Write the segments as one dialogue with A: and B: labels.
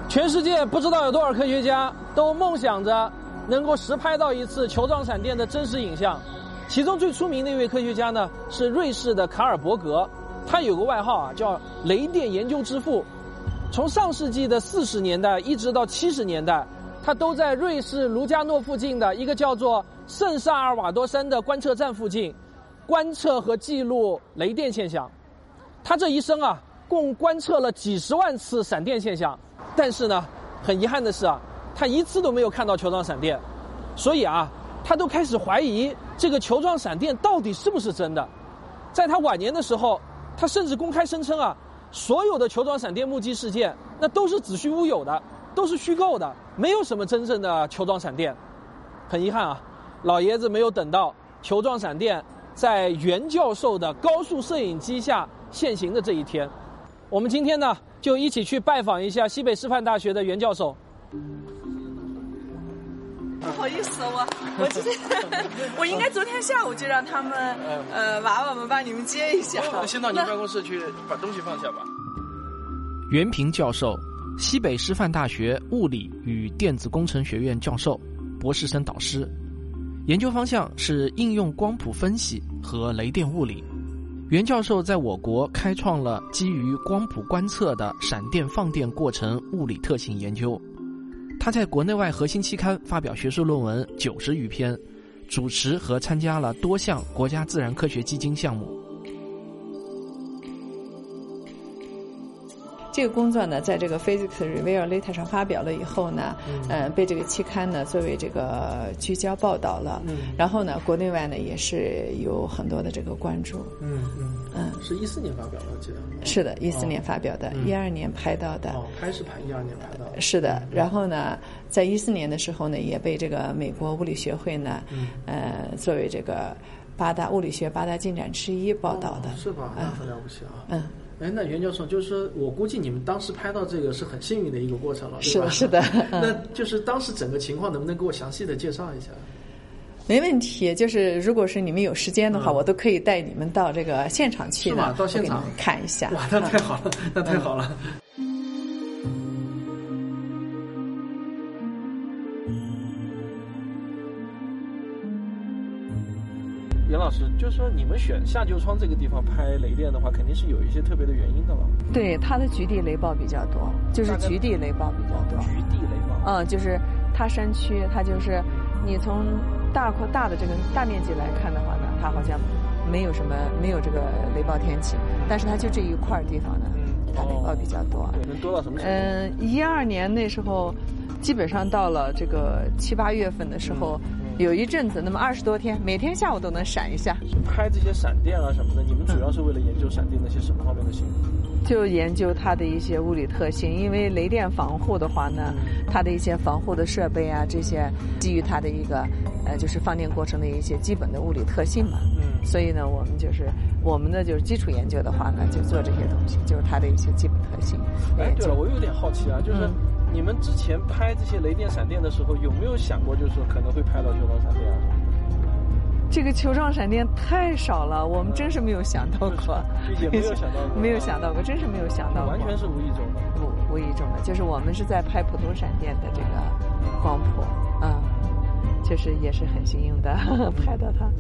A: 全世界不知道有多少科学家都梦想着能够实拍到一次球状闪电的真实影像。其中最出名的一位科学家呢，是瑞士的卡尔伯格，他有个外号啊，叫雷电研究之父。从上世纪的40年代一直到70年代，他都在瑞士卢加诺附近的一个叫做圣萨尔瓦多山的观测站附近观测和记录雷电现象。他这一生啊，共观测了几十万次闪电现象，但是呢，很遗憾的是啊，他一次都没有看到球状闪电，所以啊，他都开始怀疑这个球状闪电到底是不是真的。在他晚年的时候，他甚至公开声称啊，所有的球状闪电目击事件那都是子虚乌有的，都是虚构的，没有什么真正的球状闪电。很遗憾啊，老爷子没有等到球状闪电在袁教授的高速摄影机下现形的这一天。我们今天呢，就一起去拜访一下西北师范大学的袁教授。
B: 不好意思，我今天我应该昨天下午就让他们娃娃们帮你们接一下。
A: 我先到您办公室去把东西放下吧。
C: 袁平教授，西北师范大学物理与电子工程学院教授，博士生导师，研究方向是应用光谱分析和雷电物理。袁教授在我国开创了基于光谱观测的闪电放电过程物理特性研究。他在国内外核心期刊发表学术论文90余篇，主持和参加了多项国家自然科学基金项目。
D: 这个工作呢，在这个 Physics Review Letter 上发表了以后呢，被这个期刊呢作为这个聚焦报道了。然后呢，国内外呢也是有很多的这个关注。
A: 是14年发表的，我记得。
D: 是的，14年发表的，12年拍到的。
A: 拍是拍12年拍到的。
D: 是的，然后呢，在14年的时候呢，也被这个美国物理学会呢，作为这个物理学8大进展之一报道的。
A: 是吧？那很了不起啊。那袁教授，就是说我估计你们当时拍到这个是很幸运的一个过程了，对吧？
D: 是的。
A: 那就是当时整个情况能不能给我详细的介绍一下？
D: 没问题，就是如果是你们有时间的话，我都可以带你们到这个现场去呢，
A: 到现场
D: 看一下。
A: 哇，那太好了，那太好了。袁老师，就是说你们选下旧窗这个地方拍雷电的话，肯定是有一些特别的原因的了。
D: 对，它的局地雷暴比较多，就是局地雷暴比较多。
A: 局地雷暴。
D: 就是它山区，它就是你从大的这个大面积来看的话呢，它好像没有这个雷暴天气，但是它就这一块地方呢，它雷暴比较多。
A: 能多到什么程度
D: ？12年那时候，基本上到了这个7、8月份的时候。有一阵子，那么20多天，每天下午都能闪一下。
A: 拍这些闪电啊什么的，你们主要是为了研究闪电的一些什么方面的性质？
D: 就研究它的一些物理特性，因为雷电防护的话呢，它的一些防护的设备啊，这些基于它的一个就是放电过程的一些基本的物理特性嘛。所以呢，我们的就是基础研究的话呢，就做这些东西，就是它的一些基本特性。
A: 对了，我有点好奇啊，就是你们之前拍这些雷电闪电的时候，有没有想过就是说可能会拍到球状闪电啊？
D: 这个球状闪电太少了，我们真是没有想到过，
A: 也没有想到过，
D: 没有想到过，真是没有想到过，
A: 完全是无意中的，
D: 无意中的，就是我们是在拍普通闪电的这个光谱，就是也是很幸运的拍到它。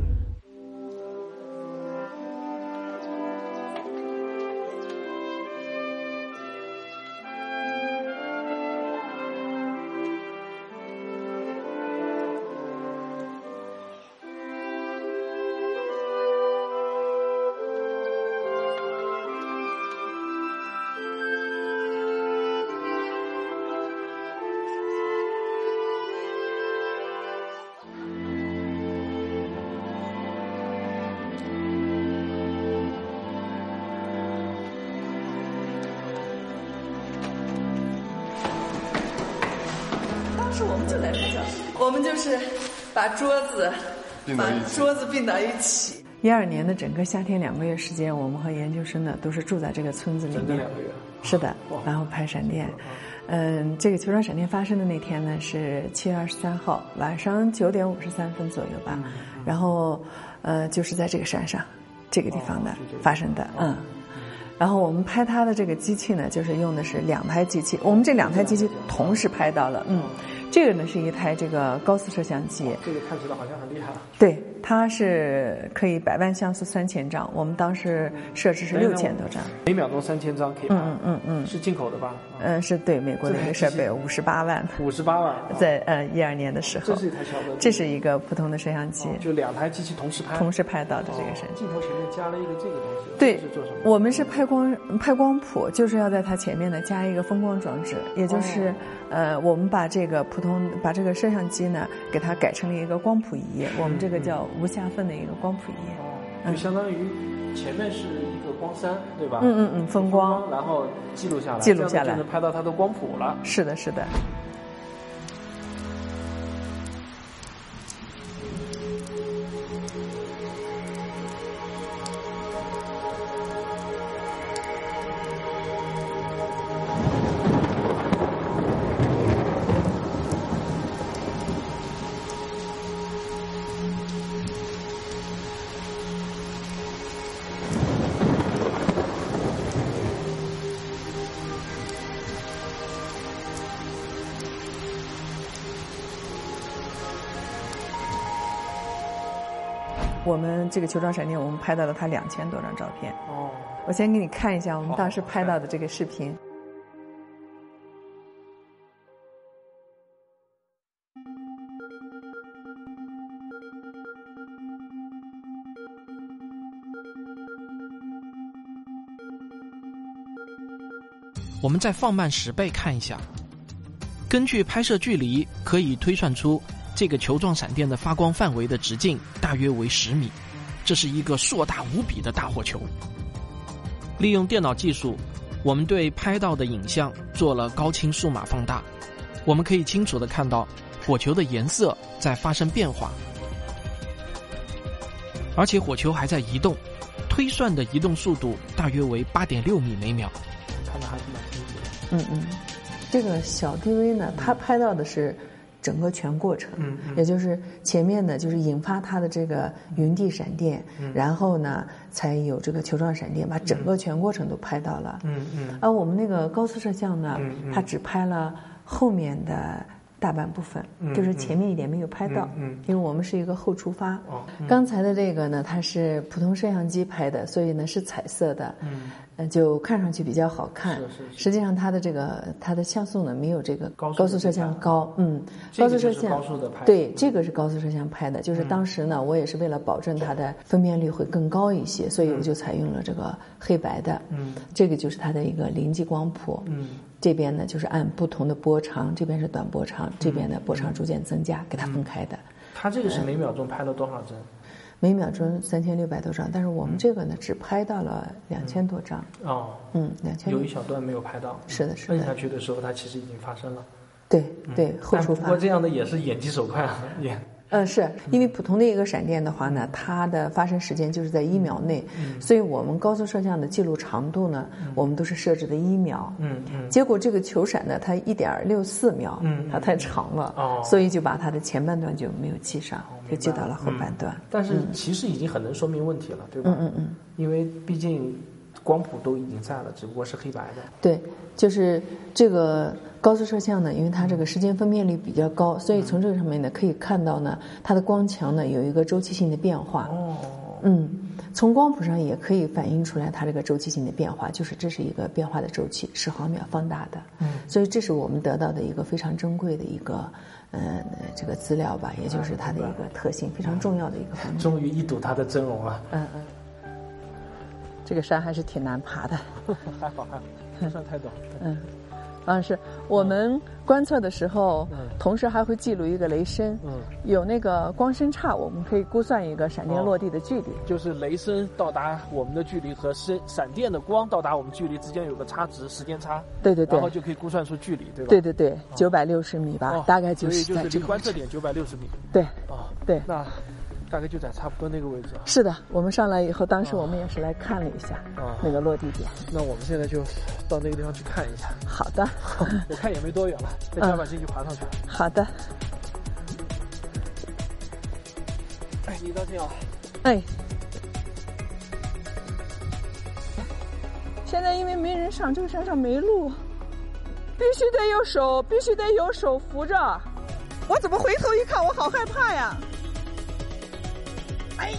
D: 我们就在这教室，我们就是把桌子并到一起。12年的整个夏天2个月时间，我们和研究生呢都是住在这个村子里面。
A: 整个2个月。
D: 是的，然后拍闪电。这个球状闪电发生的那天呢是7月23号晚上9点53分左右吧。然后就是在这个山上这个地方的发生的。 然后我们拍它的这个机器呢，就是用的是2台机器，我们这2台机器同时拍到了，这个呢是一台这个高速摄像机，
A: 这个看起来好像很厉害。
D: 对，它是可以100万像素3000张，我们当时设置是6000多张，
A: 每秒钟3000张可以拍。是进口的吧？
D: 是对美国的一个设备，58万。
A: 58万，
D: 在12年的时候。
A: 这是一台小的。
D: 这是一个普通的摄像机，
A: 就2台机器同时
D: 拍到的这个摄像机。
A: 镜头前面加了一个这个东西。
D: 对，
A: 是做什么？
D: 我们是拍光谱，就是要在它前面呢加一个风光装置，也就是。我们把这个摄像机呢，给它改成了一个光谱仪，我们这个叫无瑕分的一个光谱仪。
A: 就相当于前面是一个光栅，对吧？
D: 风光，
A: 然后记录下来，
D: 就
A: 能拍到它的光谱了。
D: 是的，是的。我们这个球状闪电，我们拍到了它2000多张照片。我先给你看一下我们当时拍到的这个视频。
C: 我们再放慢10倍看一下，根据拍摄距离可以推算出这个球状闪电的发光范围的直径大约为10米，这是一个硕大无比的大火球。利用电脑技术，我们对拍到的影像做了高清数码放大，我们可以清楚地看到火球的颜色在发生变化，而且火球还在移动，推算的移动速度大约为8.6米每秒。
A: 看得还是蛮清楚的。
D: 这个小 DV 呢，它拍到的是整个全过程，也就是前面呢就是引发它的这个云地闪电，然后呢才有这个球状闪电，把整个全过程都拍到了。而我们那个高速摄像呢，它只拍了后面的大半部分，就是前面一点没有拍到，因为我们是一个后出发。刚才的这个呢，它是普通摄像机拍的，所以呢是彩色的，就看上去比较好看。实际上它的像素呢没有这个高速摄像高。高速摄像对，这个是高速摄像拍的，就是当时呢我也是为了保证它的分辨率会更高一些，所以我就采用了这个黑白的。这个就是它的一个临近光谱。这边呢就是按不同的波长，这边是短波长，这边的波长逐渐增加，给它分开的。
A: 它这个是每秒钟拍了多少帧？
D: 每秒钟3600多张，但是我们这个呢只拍到了2000多张。2000。
A: 有一小段没有拍到。是的，摁下去的时候，它其实已经发生了。
D: 对，后出发。
A: 不过这样的也是眼疾手快啊，
D: 是因为普通的一个闪电的话呢，它的发生时间就是在1秒内，所以我们高速摄像的记录长度呢，我们都是设置的1秒。结果这个球闪呢，它1.64秒，它太长了，所以就把它的前半段就没有记上，就记到了后半段。
A: 但是其实已经很能说明问题了，对吧？因为毕竟光谱都已经在了，只不过是黑白的。
D: 对，就是这个高速摄像呢，因为它这个时间分辨率比较高，所以从这个上面呢可以看到呢，它的光强呢有一个周期性的变化。从光谱上也可以反映出来它这个周期性的变化，就是这是一个变化的周期，10毫秒放大的。所以这是我们得到的一个非常珍贵的一个这个资料吧，也就是它的一个特性，非常重要的一个方面。
A: 终于一睹它的真容了。
D: 这个山还是挺难爬的。
A: 还好，不算太陡。
D: 是我们观测的时候，同时还会记录一个雷声，有那个光声差，我们可以估算一个闪电落地的距离。
A: 就是雷声到达我们的距离和闪电的光到达我们距离之间有个差值，时间差。
D: 对，然
A: 后就可以估算出距离，对吧？
D: 对，960米吧，大概就是在这个
A: 观测点960米。
D: 对，
A: 那大概就在差不多那个位置。
D: 是的，我们上来以后，当时我们也是来看了一下那个落地点。
A: 那我们现在就到那个地方去看一下。
D: 好的。
A: 我看也没多远了，再加把劲就爬上去。
D: 好的。
A: 你当心啊。
D: 现在因为没人上，这个山上没路，必须得有手扶着。我怎么回头一看，我好害怕呀！哎。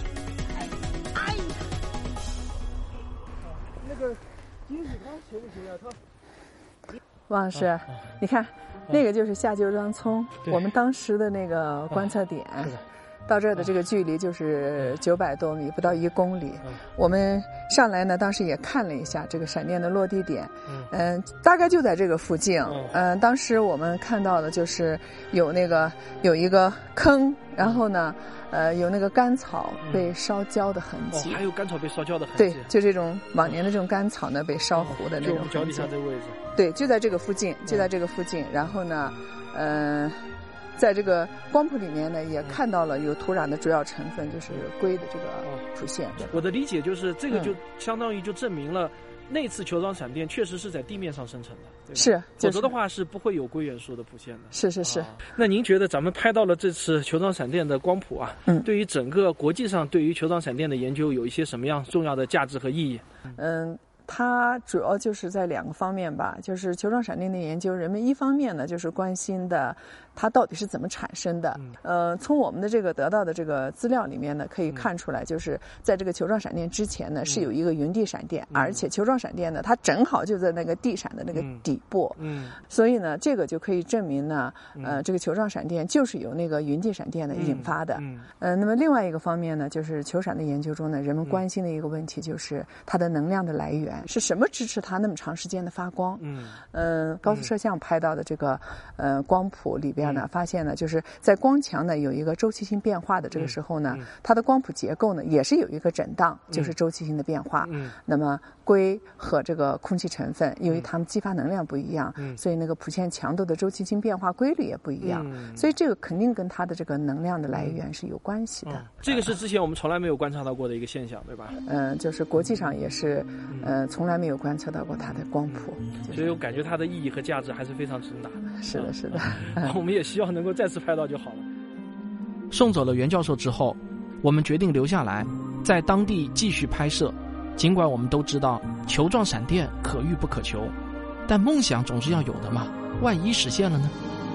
A: 那个金子它行不行啊？
D: 王老师，你看，那个就是下旧庄村，我们当时的那个观测点。到这儿的这个距离就是900多米，不到1公里。我们上来呢，当时也看了一下这个闪电的落地点，大概就在这个附近。当时我们看到的就是有一个坑，然后呢，有那个干草被烧焦的痕迹。
C: 还有干草被烧焦的痕迹。
D: 对，就这种往年的这种干草呢，被烧糊的那种痕迹。
C: 就我们脚底下这个位置。
D: 对，就在这个附近，然后呢，在这个光谱里面呢，也看到了有土壤的主要成分就是硅的这个谱线。
C: 我的理解就是这个就相当于就证明了那次球状闪电确实是在地面上生成的，对吧？
D: 是，
C: 否则的话是不会有硅元素的谱线的。
D: 是。
C: 那您觉得咱们拍到了这次球状闪电的光谱啊，对于整个国际上对于球状闪电的研究有一些什么样重要的价值和意义？
D: 它主要就是在2个方面吧，就是球状闪电的研究，人们一方面呢就是关心的它到底是怎么产生的。从我们的这个得到的这个资料里面呢，可以看出来，就是在这个球状闪电之前呢，是有一个云地闪电，而且球状闪电呢，它正好就在那个地闪的那个底部。所以呢，这个就可以证明呢，这个球状闪电就是由那个云地闪电呢引发的。那么另外一个方面呢，就是球闪的研究中呢，人们关心的一个问题就是它的能量的来源。是什么支持它那么长时间的发光？高速摄像拍到的这个光谱里边呢，发现呢，就是在光强呢有一个周期性变化的这个时候呢，它的光谱结构呢也是有一个震荡，就是周期性的变化。那么硅和这个空气成分，由于它们激发能量不一样，所以那个谱线强度的周期性变化规律也不一样。所以这个肯定跟它的这个能量的来源是有关系的。
C: 这个是之前我们从来没有观察到过的一个现象，对吧？
D: 就是国际上也是，从来没有观测到过它的光谱，
C: 所以我感觉它的意义和价值还是非常重大。
D: 是的。
C: 我们也希望能够再次拍到就好了。送走了袁教授之后，我们决定留下来，在当地继续拍摄。尽管我们都知道球状闪电可遇不可求，但梦想总是要有的嘛，万一实现了呢？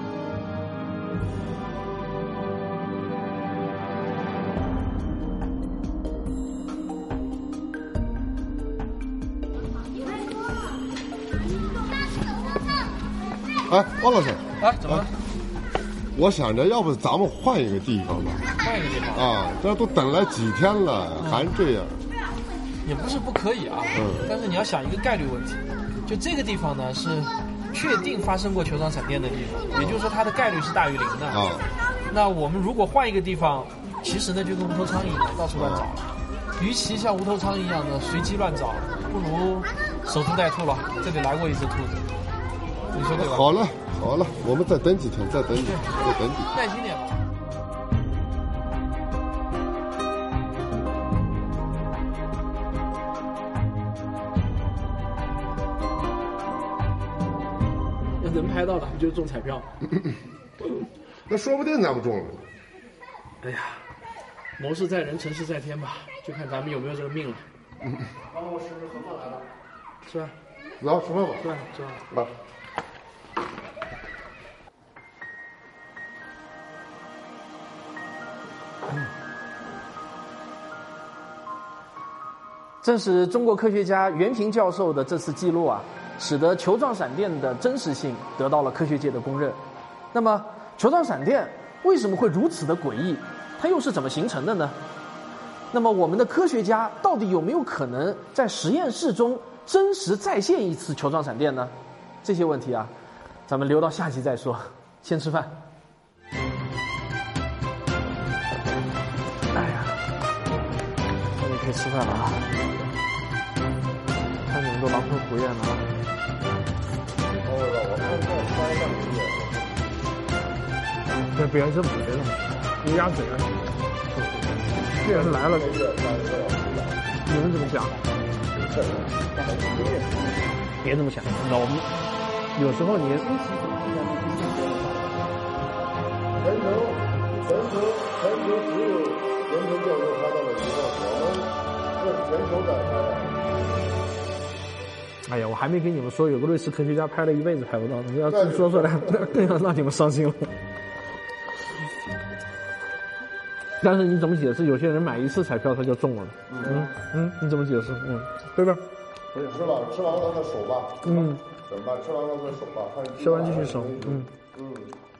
E: 哎，王老师，
C: 怎么了？
E: 我想着要不咱们换一个地方吧？
C: 换一个地方
E: 啊，这都等了几天了，还这样。
C: 也不是不可以啊，但是你要想一个概率问题，就这个地方呢是确定发生过球状闪电的地方，也就是说它的概率是大于0的。那我们如果换一个地方，其实呢就跟无头苍蝇一样，到处乱找了。与其像无头苍蝇一样的随机乱找，不如守株待兔了。这里来过一只兔子，你说对吧？
E: 好了，我们再等几天，再等几天，
C: 耐心点吧。能拍到的就中彩票。
E: 那说不定咱们中了。
C: 哎呀，谋事在人，成事在天吧，就看咱们有没有这个命了。然后我是何况来了，是吧？
E: 来吃饭吧，
C: 是吧？
E: 来。
A: 正是中国科学家袁平教授的这次记录啊，使得球状闪电的真实性得到了科学界的公认。那么，球状闪电为什么会如此的诡异？它又是怎么形成的呢？那么，我们的科学家到底有没有可能在实验室中真实再现一次球状闪电呢？这些问题啊，咱们留到下集再说。先吃饭。哎呀，终于可以吃饭了啊！看你们都狼吞虎咽了啊！
F: 对，别这么别这么，你压嘴啊！既然来了，你们怎么讲？别这么想，你知道我们有时候你。
E: 全球只有袁平教授看到了一个，我们是全球的。
F: 哎呀，我还没跟你们说，有个瑞士科学家拍了一辈子拍不到，你要真说出来，更要让你们伤心了。但是你怎么解释？有些人买一次彩票他就中了呢？你怎么解释？对吧？
E: 吃完了再守吧。怎么办？吃完了再守吧。
F: 吃完继续守。